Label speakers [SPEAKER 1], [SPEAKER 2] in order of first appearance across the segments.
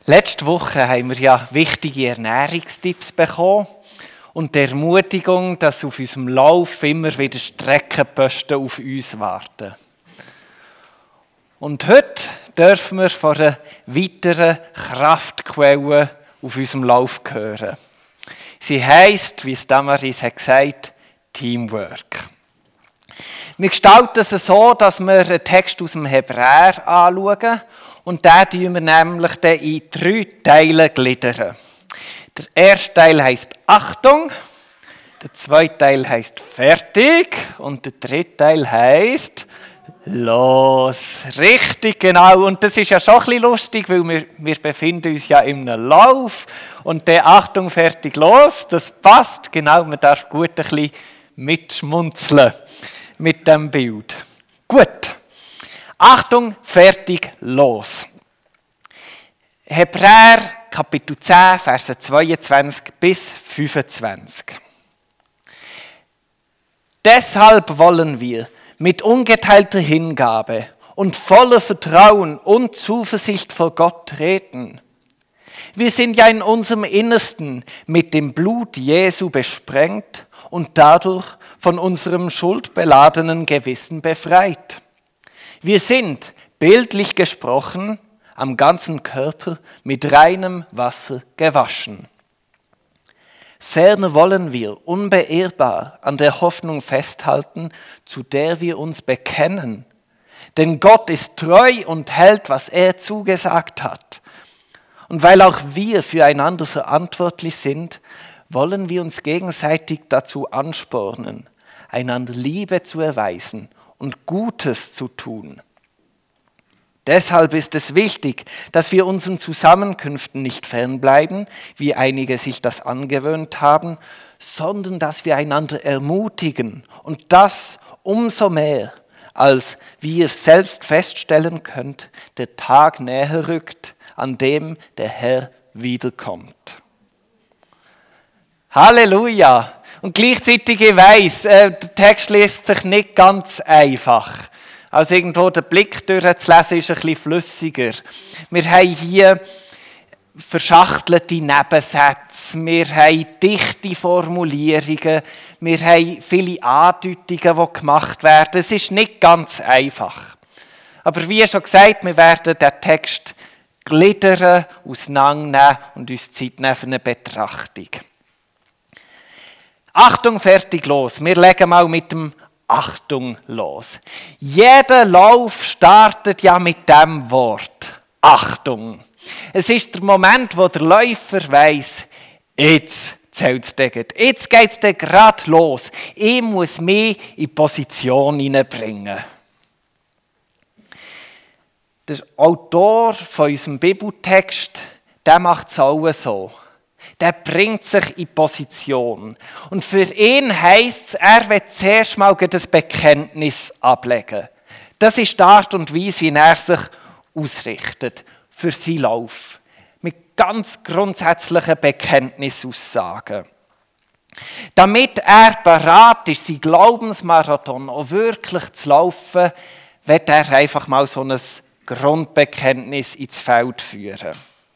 [SPEAKER 1] Letzte Woche haben wir ja wichtige Ernährungstipps bekommen und die Ermutigung, dass auf unserem Lauf immer wieder Streckenposten auf uns warten. Und heute dürfen wir von einer weiteren Kraftquelle auf unserem Lauf hören. Sie heisst, wie es Damaris hat gesagt, Teamwork. Wir gestalten es so, dass wir einen Text aus dem Hebräer anschauen und den gliedern wir nämlich in 3 Teile gliedern. Der erste Teil heisst Achtung, der zweite Teil heisst Fertig und der dritte Teil heisst Los. Richtig, genau. Und das ist ja schon ein bisschen lustig, weil wir befinden uns ja in einem Lauf und der Achtung, Fertig, Los, das passt. Genau, man darf gut ein bisschen mitschmunzeln mit dem Bild. Gut. Achtung, Fertig, Los. Hebräer, Kapitel 10, Verse 22 bis 25. Deshalb wollen wir mit ungeteilter Hingabe und voller Vertrauen und Zuversicht vor Gott treten. Wir sind ja in unserem Innersten mit dem Blut Jesu besprengt und dadurch von unserem schuldbeladenen Gewissen befreit. Wir sind, bildlich gesprochen, am ganzen Körper mit reinem Wasser gewaschen. Ferner wollen wir unbeirrbar an der Hoffnung festhalten, zu der wir uns bekennen. Denn Gott ist treu und hält, was er zugesagt hat. Und weil auch wir füreinander verantwortlich sind, wollen wir uns gegenseitig dazu anspornen, einander Liebe zu erweisen und Gutes zu tun. Deshalb ist es wichtig, dass wir unseren Zusammenkünften nicht fernbleiben, wie einige sich das angewöhnt haben, sondern dass wir einander ermutigen und das umso mehr, als wie ihr selbst feststellen könnt, der Tag näher rückt, an dem der Herr wiederkommt. Halleluja! Und gleichzeitig, ich weiss, der Text liest sich nicht ganz einfach. Also irgendwo den Blick durchzulesen ist ein bisschen flüssiger. Wir haben hier verschachtelte Nebensätze, wir haben dichte Formulierungen, wir haben viele Andeutungen, die gemacht werden. Es ist nicht ganz einfach. Aber wie schon gesagt, wir werden den Text gliedern, auseinandernehmen und uns Zeit nehmen für eine Betrachtung. Achtung, fertig, los. Wir legen mal mit dem Achtung los. Jeder Lauf startet ja mit dem Wort Achtung. Es ist der Moment, wo der Läufer weiss, jetzt zählt es gleich. Jetzt geht es gerade los. Ich muss mich in Position hineinbringen. Der Autor von unserem Bibeltext, der macht es auch so. Der bringt sich in Position. Und für ihn heisst es, er will zuerst mal das Bekenntnis ablegen. Das ist die Art und Weise, wie er sich ausrichtet für seinen Lauf. Mit ganz grundsätzlichen Bekenntnisaussagen. Damit er bereit ist, sein Glaubensmarathon auch wirklich zu laufen, wird er einfach mal so ein Grundbekenntnis ins Feld führen.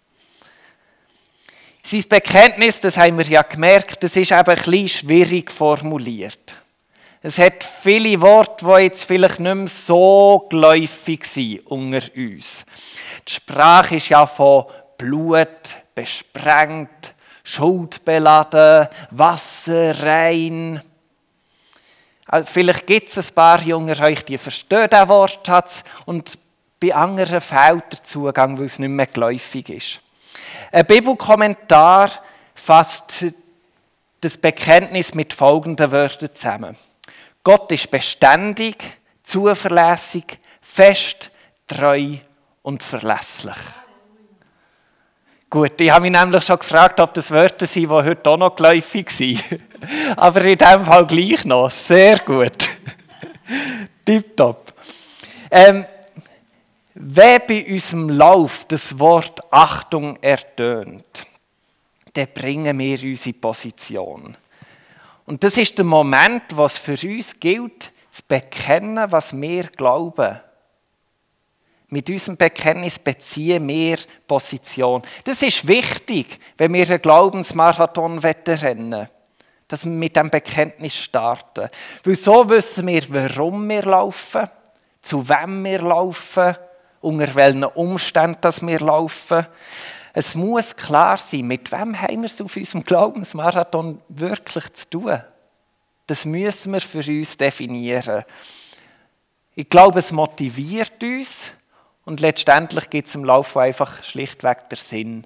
[SPEAKER 1] Sein Bekenntnis, das haben wir ja gemerkt, das ist eben ein bisschen schwierig formuliert. Es hat viele Worte, die jetzt vielleicht nicht mehr so geläufig sind unter uns. Die Sprache ist ja von Blut besprengt, schuldbeladen, Wasser rein. Also vielleicht gibt es ein paar Jünger euch, die verstehen diesen Wortschatz und bei anderen fehlt der Zugang, weil es nicht mehr geläufig ist. Ein Bibelkommentar fasst das Bekenntnis mit folgenden Wörtern zusammen. Gott ist beständig, zuverlässig, fest, treu und verlässlich. Gut, ich habe mich nämlich schon gefragt, ob das Wörter sind, die heute auch noch geläufig sind. Aber in diesem Fall gleich noch. Sehr gut. Tipptopp. Wenn bei unserem Lauf das Wort Achtung ertönt, dann bringen wir unsere Position. Und das ist der Moment, wo es für uns gilt, zu bekennen, was wir glauben. Mit unserem Bekenntnis beziehen wir Position. Das ist wichtig, wenn wir einen Glaubensmarathon rennen wollen, dass wir mit diesem Bekenntnis starten. Weil so wissen wir, warum wir laufen, zu wem wir laufen, unter welchen Umständen dass wir laufen. Es muss klar sein, mit wem haben wir es auf unserem Glaubensmarathon wirklich zu tun. Das müssen wir für uns definieren. Ich glaube, es motiviert uns und letztendlich gibt es im Laufe einfach schlichtweg den Sinn.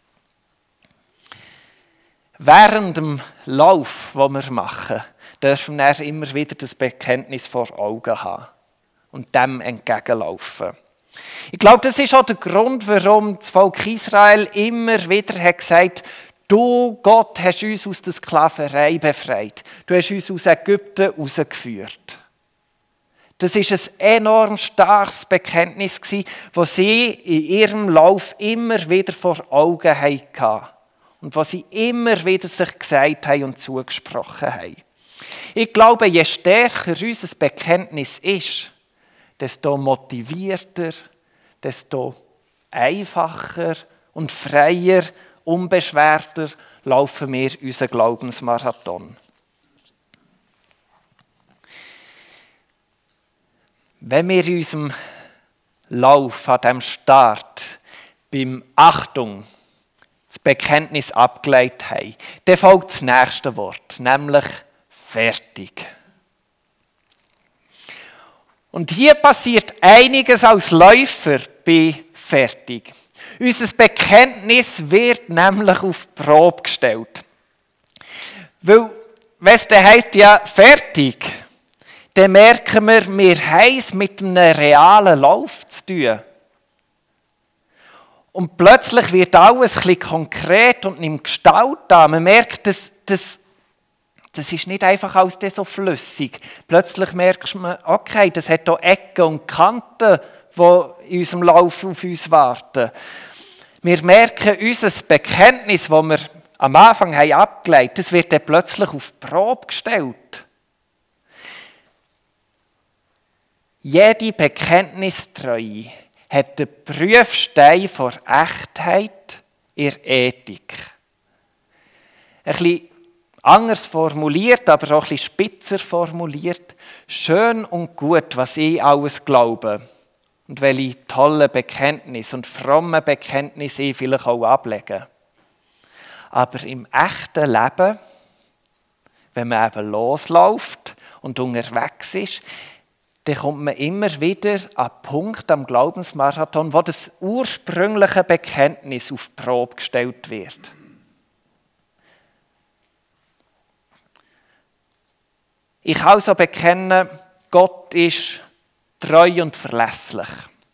[SPEAKER 1] Während dem Lauf, den wir machen, dürfen wir immer wieder das Bekenntnis vor Augen haben und dem entgegenlaufen. Ich glaube, das ist auch der Grund, warum das Volk Israel immer wieder hat gesagt, du, Gott, hast uns aus der Sklaverei befreit. Du hast uns aus Ägypten herausgeführt. Das war ein enorm starkes Bekenntnis, das sie in ihrem Lauf immer wieder vor Augen hatten. Und was sie immer wieder sich gesagt haben und zugesprochen haben. Ich glaube, je stärker unser Bekenntnis ist, desto motivierter, desto einfacher und freier, unbeschwerter laufen wir unseren Glaubensmarathon. Wenn wir in unserem Lauf an diesem Start beim Achtung das Bekenntnis abgeleitet haben, dann folgt das nächste Wort, nämlich fertig. Und hier passiert einiges als Läufer bei fertig. Unser Bekenntnis wird nämlich auf die Probe gestellt. Weil, wenn es dann heisst, ja, fertig, dann merken wir haben es mit einem realen Lauf zu tun. Und plötzlich wird alles ein bisschen konkret und nimmt Gestalt an. Man merkt, das ist nicht einfach alles so flüssig. Plötzlich merkt man, okay, das hat hier Ecken und Kanten, die in unserem Lauf auf uns warten. Wir merken, unser Bekenntnis, das wir am Anfang haben abgeleitet, das wird dann plötzlich auf die Probe gestellt. Jede Bekenntnistreue hat den Prüfstein vor Echtheit in der Ethik. Ein bisschen anders formuliert, aber auch ein bisschen spitzer formuliert. Schön und gut, was ich alles glaube. Und welche tolle Bekenntnisse und fromme Bekenntnisse ich vielleicht auch ablege. Aber im echten Leben, wenn man eben losläuft und unterwegs ist, dann kommt man immer wieder an den Punkt am Glaubensmarathon, wo das ursprüngliche Bekenntnis auf die Probe gestellt wird. Ich kann also bekennen, Gott ist treu und verlässlich.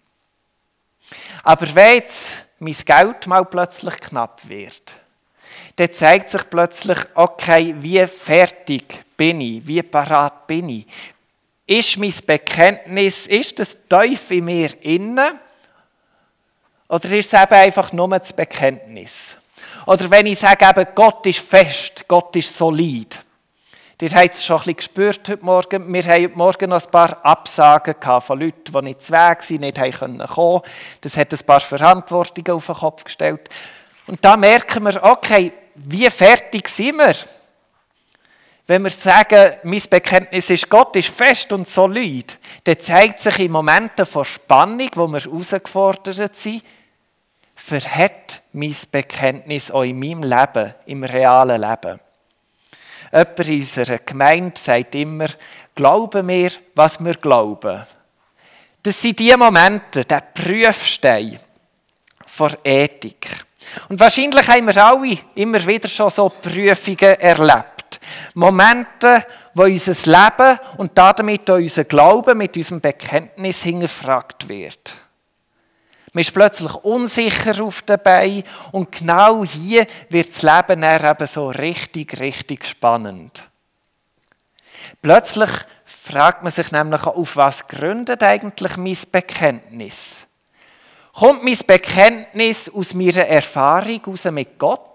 [SPEAKER 1] Aber wenn jetzt mein Geld mal plötzlich knapp wird, dann zeigt sich plötzlich, okay, wie fertig bin ich, wie parat bin ich. Ist mein Bekenntnis, ist das tief in mir inne? Oder ist es eben einfach nur das Bekenntnis? Oder wenn ich sage, eben, Gott ist fest, Gott ist solid. Ihr habt es schon ein bisschen gespürt heute Morgen. Wir haben heute Morgen noch ein paar Absagen von Leuten, die nicht zu Weg sind, nicht kommen konnten. Das hat ein paar Verantwortungen auf den Kopf gestellt. Und da merken wir, okay, wie fertig sind wir? Wenn wir sagen, mein Bekenntnis ist, Gott ist fest und solid, dann zeigt sich in Momenten von Spannung, wo wir herausgefordert sind, verhält mein Bekenntnis auch in meinem Leben, im realen Leben. Jemand in unserer Gemeinde sagt immer, glauben wir, was wir glauben. Das sind die Momente, der Prüfstein vor Ethik. Und wahrscheinlich haben wir alle immer wieder schon so Prüfungen erlebt. Momente, wo unser Leben und damit auch unser Glauben mit unserem Bekenntnis hinterfragt wird. Man ist plötzlich unsicher auf den Beinen und genau hier wird das Leben dann eben so richtig, richtig spannend. Plötzlich fragt man sich nämlich, auf was gründet eigentlich mein Bekenntnis? Kommt mein Bekenntnis aus meiner Erfahrung heraus mit Gott?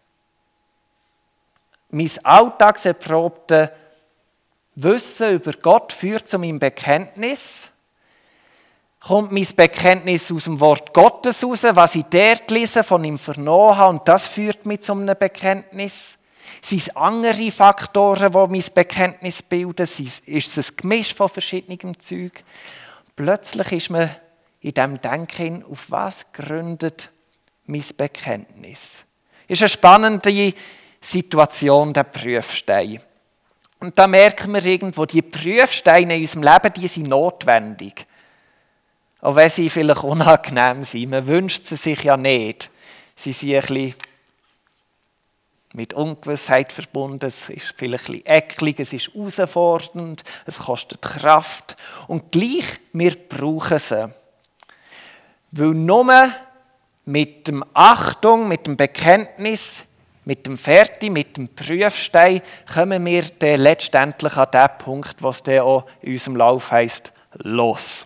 [SPEAKER 1] Mein alltagserprobtes Wissen über Gott führt zu meinem Bekenntnis? kommt mein Bekenntnis aus dem Wort Gottes raus, was ich dort lese, von ihm vernommen habe, und das führt mich zu einem Bekenntnis? Sind es andere Faktoren, die mein Bekenntnis bilden? Ist es ein Gemisch von verschiedenen Zeugen? Plötzlich ist man in diesem Denken, auf was gründet mein Bekenntnis? Es ist eine spannende Situation, der Prüfstein. Und da merken wir irgendwo, die Prüfsteine in unserem Leben, die sind notwendig. Auch wenn sie vielleicht unangenehm sind. Man wünscht sie sich ja nicht. Sie sind ein bisschen mit Ungewissheit verbunden. Es ist vielleicht ein bisschen eklig, es ist herausfordernd, es kostet Kraft. Und gleich, wir brauchen sie. Weil nur mit dem Achtung, mit dem Bekenntnis, mit dem Fertig, mit dem Prüfstein, kommen wir dann letztendlich an den Punkt, was dann auch in unserem Lauf heisst, los.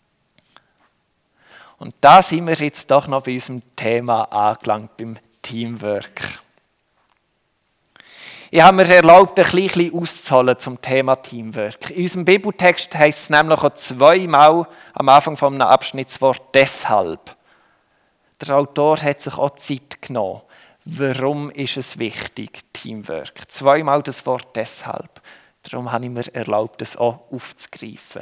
[SPEAKER 1] Und da sind wir jetzt doch noch bei unserem Thema angelangt, beim Teamwork. Ich habe mir erlaubt, ein bisschen auszuholen zum Thema Teamwork. In unserem Bibeltext heisst es nämlich auch zweimal am Anfang von einem Abschnitt das Wort «deshalb». Der Autor hat sich auch Zeit genommen. Warum ist es wichtig, Teamwork? Zweimal das Wort «deshalb». Darum habe ich mir erlaubt, das auch aufzugreifen.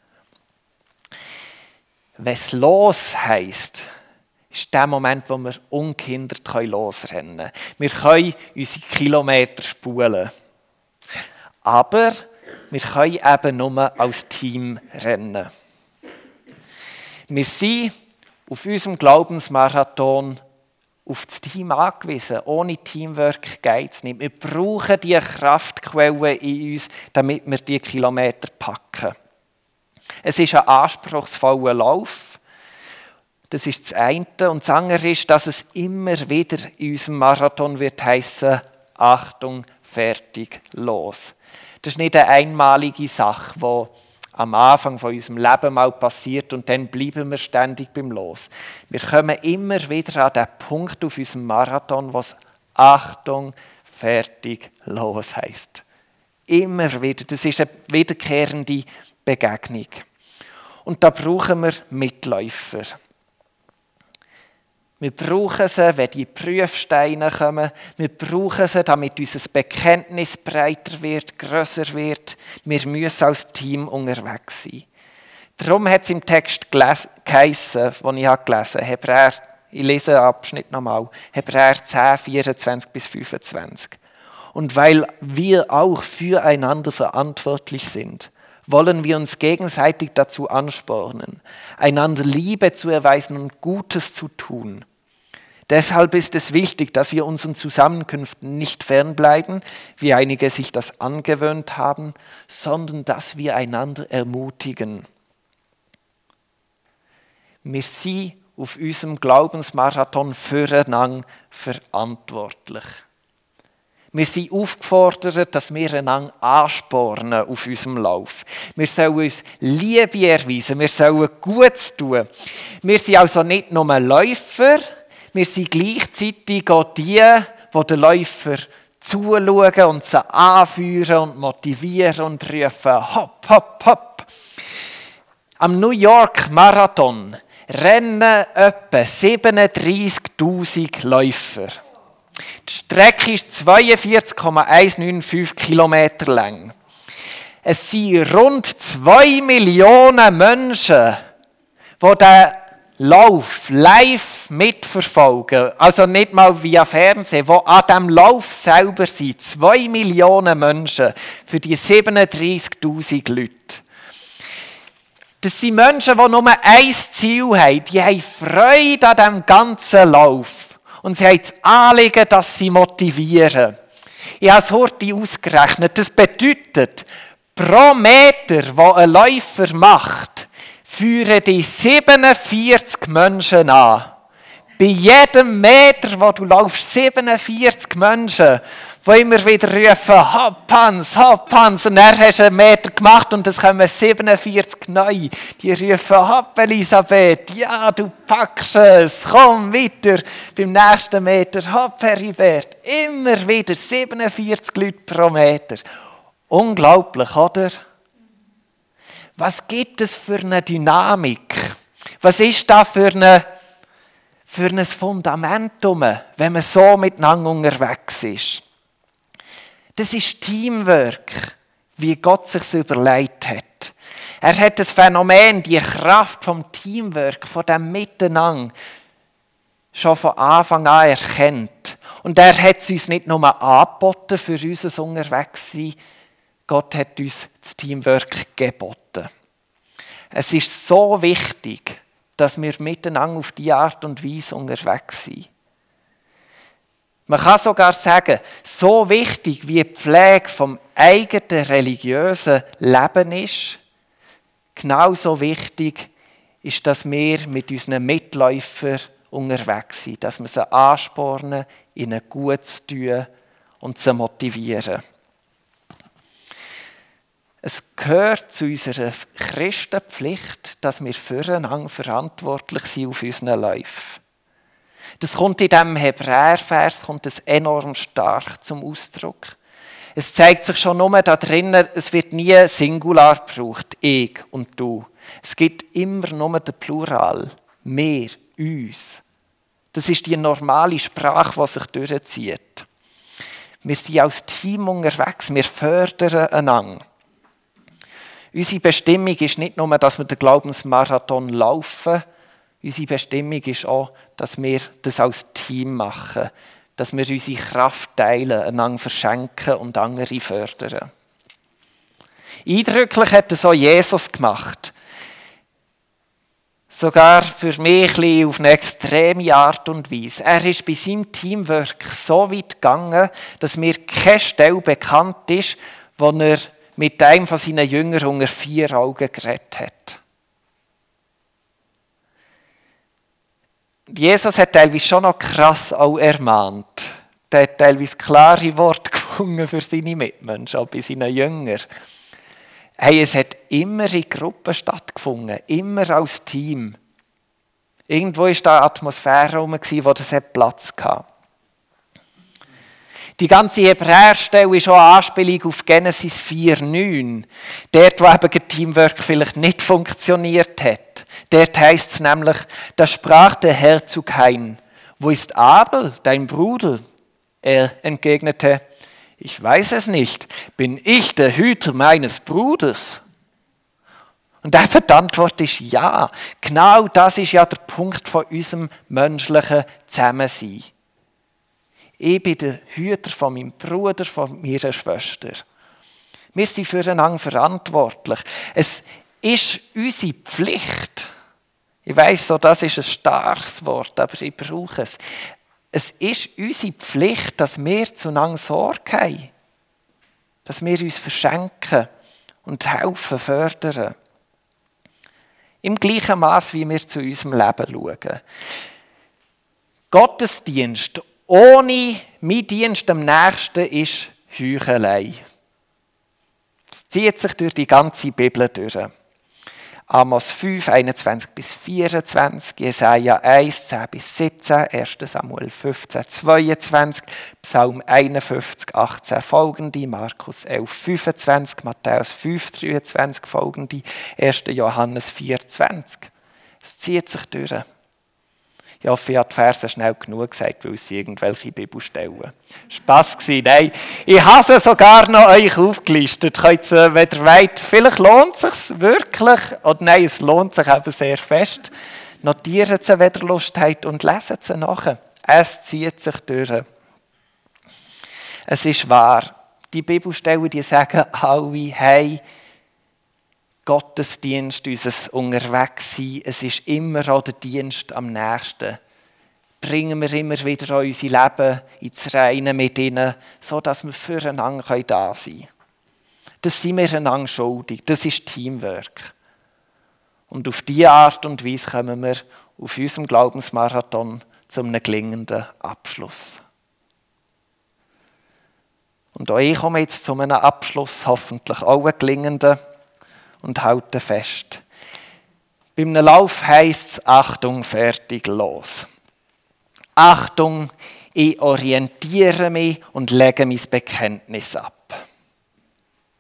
[SPEAKER 1] Wenn es «los» heisst, ist der Moment, wo wir ungehindert losrennen können. Wir können unsere Kilometer spulen. Aber wir können eben nur als Team rennen. Wir sind auf unserem Glaubensmarathon auf das Team angewiesen. Ohne Teamwork geht es nicht. Wir brauchen diese Kraftquellen in uns, damit wir diese Kilometer packen. Es ist ein anspruchsvoller Lauf. Das ist das eine. Und das andere ist, dass es immer wieder in unserem Marathon wird heissen: Achtung, fertig, los. Das ist nicht eine einmalige Sache, die am Anfang von unserem Leben mal passiert und dann bleiben wir ständig beim Los. Wir kommen immer wieder an den Punkt auf unserem Marathon, wo es Achtung, fertig, los heisst. Immer wieder. Das ist eine wiederkehrende Begegnung. Und da brauchen wir Mitläufer. Wir brauchen sie, wenn die Prüfsteine kommen. Wir brauchen sie, damit unser Bekenntnis breiter wird, grösser wird. Wir müssen als Team unterwegs sein. Darum hat es im Text geheissen, den ich gelesen habe, ich lese den Abschnitt nochmal, Hebräer 10, 24 bis 25. Und weil wir auch füreinander verantwortlich sind, wollen wir uns gegenseitig dazu anspornen, einander Liebe zu erweisen und Gutes zu tun. Deshalb ist es wichtig, dass wir unseren Zusammenkünften nicht fernbleiben, wie einige sich das angewöhnt haben, sondern dass wir einander ermutigen. Wir sind auf unserem Glaubensmarathon füreinander verantwortlich. Wir sind aufgefordert, dass wir einander anspornen auf unserem Lauf. Wir sollen uns Liebe erweisen, wir sollen Gutes tun. Wir sind also nicht nur Läufer, wir sind gleichzeitig auch die den Läufer zuschauen und sie anführen und motivieren und rufen: Hopp, hopp, hopp. Am New York Marathon rennen etwa 37'000 Läufer. Die Strecke ist 42,195 Kilometer lang. Es sind rund 2 Millionen Menschen, die diesen Lauf live mitverfolgen. Also nicht mal via Fernsehen, die an diesem Lauf selber sind. 2 Millionen Menschen für die 37'000 Leute. Das sind Menschen, die nur ein Ziel haben. Die haben Freude an diesem ganzen Lauf. Und sie haben das Anliegen, dass sie motivieren. Ich habe es heute ausgerechnet. Das bedeutet, pro Meter, den ein Läufer macht, führen die 47 Menschen an. Bei jedem Meter, wo du laufst, 47 Menschen, die immer wieder rufen: Hopp Hans, hopp Hans. Und dann hast du einen Meter gemacht und es kommen 47 neu. Die rufen: Hopp Elisabeth, ja, du packst es, komm weiter. Beim nächsten Meter: Hopp Heribert. Immer wieder 47 Leute pro Meter. Unglaublich, oder? Was gibt es für eine Dynamik? Was ist da für ein Fundamentum, wenn man so miteinander unterwegs ist? Das ist Teamwork, wie Gott sich überlegt hat. Er hat das Phänomen, die Kraft vom Teamwork, von dem Miteinander, schon von Anfang an erkannt. Und er hat es uns nicht nur angeboten für unser Unterwegssein, Gott hat uns das Teamwork geboten. Es ist so wichtig, dass wir miteinander auf diese Art und Weise unterwegs sind. Man kann sogar sagen, so wichtig wie die Pflege vom eigenen religiösen Leben ist, genauso wichtig ist, dass wir mit unseren Mitläufern unterwegs sind, dass wir sie anspornen, ihnen gut zu tun und sie motivieren. Es gehört zu unserer Christenpflicht, dass wir füreinander verantwortlich sind auf unseren Läufen. Das kommt in diesem Hebräervers enorm stark zum Ausdruck. Es zeigt sich schon nur da drinnen, es wird nie Singular gebraucht, ich und du. Es gibt immer nur den Plural, wir, uns. Das ist die normale Sprache, die sich durchzieht. Wir sind als Team unterwegs, wir fördern einander. Unsere Bestimmung ist nicht nur, dass wir den Glaubensmarathon laufen. Unsere Bestimmung ist auch, dass wir das als Team machen. Dass wir unsere Kraft teilen, einander verschenken und andere fördern. Eindrücklich hat es auch Jesus gemacht. Sogar für mich auf eine extreme Art und Weise. Er ist bei seinem Teamwork so weit gegangen, dass mir keine Stelle bekannt ist, wo er mit einem von seinen Jüngern unter 4 Augen geredet hat. Jesus hat teilweise schon noch krass auch ermahnt. Er hat teilweise klare Worte gefunden für seine Mitmenschen, auch bei seinen Jüngern. Hey, es hat immer in Gruppen stattgefunden, immer als Team. Irgendwo war da eine Atmosphäre herum, wo das Platz hatte. Die ganze Hebräerstelle ist auch eine Anspielung auf Genesis 4,9. Dort, wo eben Teamwork vielleicht nicht funktioniert hat. Dort heisst es nämlich, da sprach der Herr zu Kain: Wo ist Abel, dein Bruder? Er entgegnete: Ich weiß es nicht. Bin ich der Hüter meines Bruders? Und die Antwort ist ja. Genau das ist ja der Punkt von unserem menschlichen Zusammensein. Ich bin der Hüter von meinem Bruder, von meiner Schwester. Wir sind füreinander verantwortlich. Es ist unsere Pflicht. Ich weiss, so, das ist ein starkes Wort, aber ich brauche es. Es ist unsere Pflicht, dass wir zueinander Sorge haben. Dass wir uns verschenken und helfen, fördern. Im gleichen Maß, wie wir zu unserem Leben schauen. Gottesdienst ohne mein Dienst am Nächsten ist Heuchelei. Das zieht sich durch die ganze Bibel durch. Amos 5, 21-24, Jesaja 1, 10-17, 1. Samuel 15, 22, Psalm 51, 18 folgende, Markus 11, 25, Matthäus 5, 23 folgende, 1. Johannes 4, 20. Es zieht sich durch. Ich hoffe, ich habe die Verse schnell genug gesagt, weil es irgendwelche Bibelstellen. Spass gewesen. Nein, ich habe sie sogar noch euch aufgelistet. Könnt ihr, wenn ihr wollt, vielleicht lohnt es sich wirklich, oder nein, es lohnt sich eben sehr fest. Notieren sie, wenn ihr Lust habt, und lesen sie nachher. Es zieht sich durch. Es ist wahr. Die Bibelstellen, die sagen alle, hey, Gottesdienst, unser Unterwegssein, es ist immer auch der Dienst am Nächsten. Bringen wir immer wieder an unser Leben ins Reine mit ihnen, sodass wir füreinander da sein können. Das sind wir einander schuldig, das ist Teamwork. Und auf diese Art und Weise kommen wir auf unserem Glaubensmarathon zu einem gelingenden Abschluss. Und auch ich komme jetzt zu einem Abschluss, hoffentlich auch einen gelingenden, und halte fest. Bei einem Lauf heisst es: Achtung, fertig, los. Achtung, ich orientiere mich und lege mein Bekenntnis ab.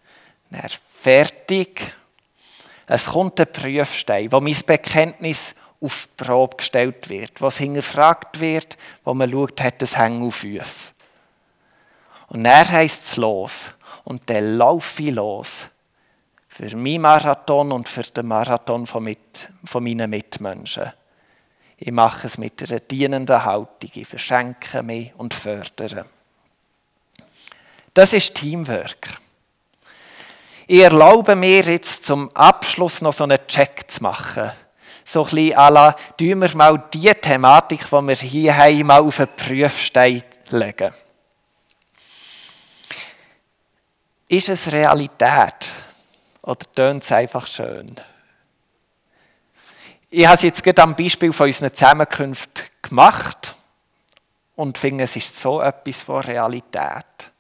[SPEAKER 1] Dann fertig. Es kommt ein Prüfstein, wo mein Bekenntnis auf die Probe gestellt wird, wo es hinterfragt wird, wo man schaut, hat es Hänge auf Füße. Und dann heisst es los. Und dann laufe ich los. Für meinen Marathon und für den Marathon von meinen Mitmenschen. Ich mache es mit einer dienenden Haltung. Ich verschenke mich und fördere. Das ist Teamwork. Ich erlaube mir jetzt zum Abschluss noch so einen Check zu machen. So ein bisschen à la, tun wir mal die Thematik, die wir hier haben, mal auf einen Prüfstein legen. Ist es Realität? Oder tönt es einfach schön? Ich habe es jetzt gerade am Beispiel von unseren Zusammenkünften gemacht und finde, es ist so etwas von Realität.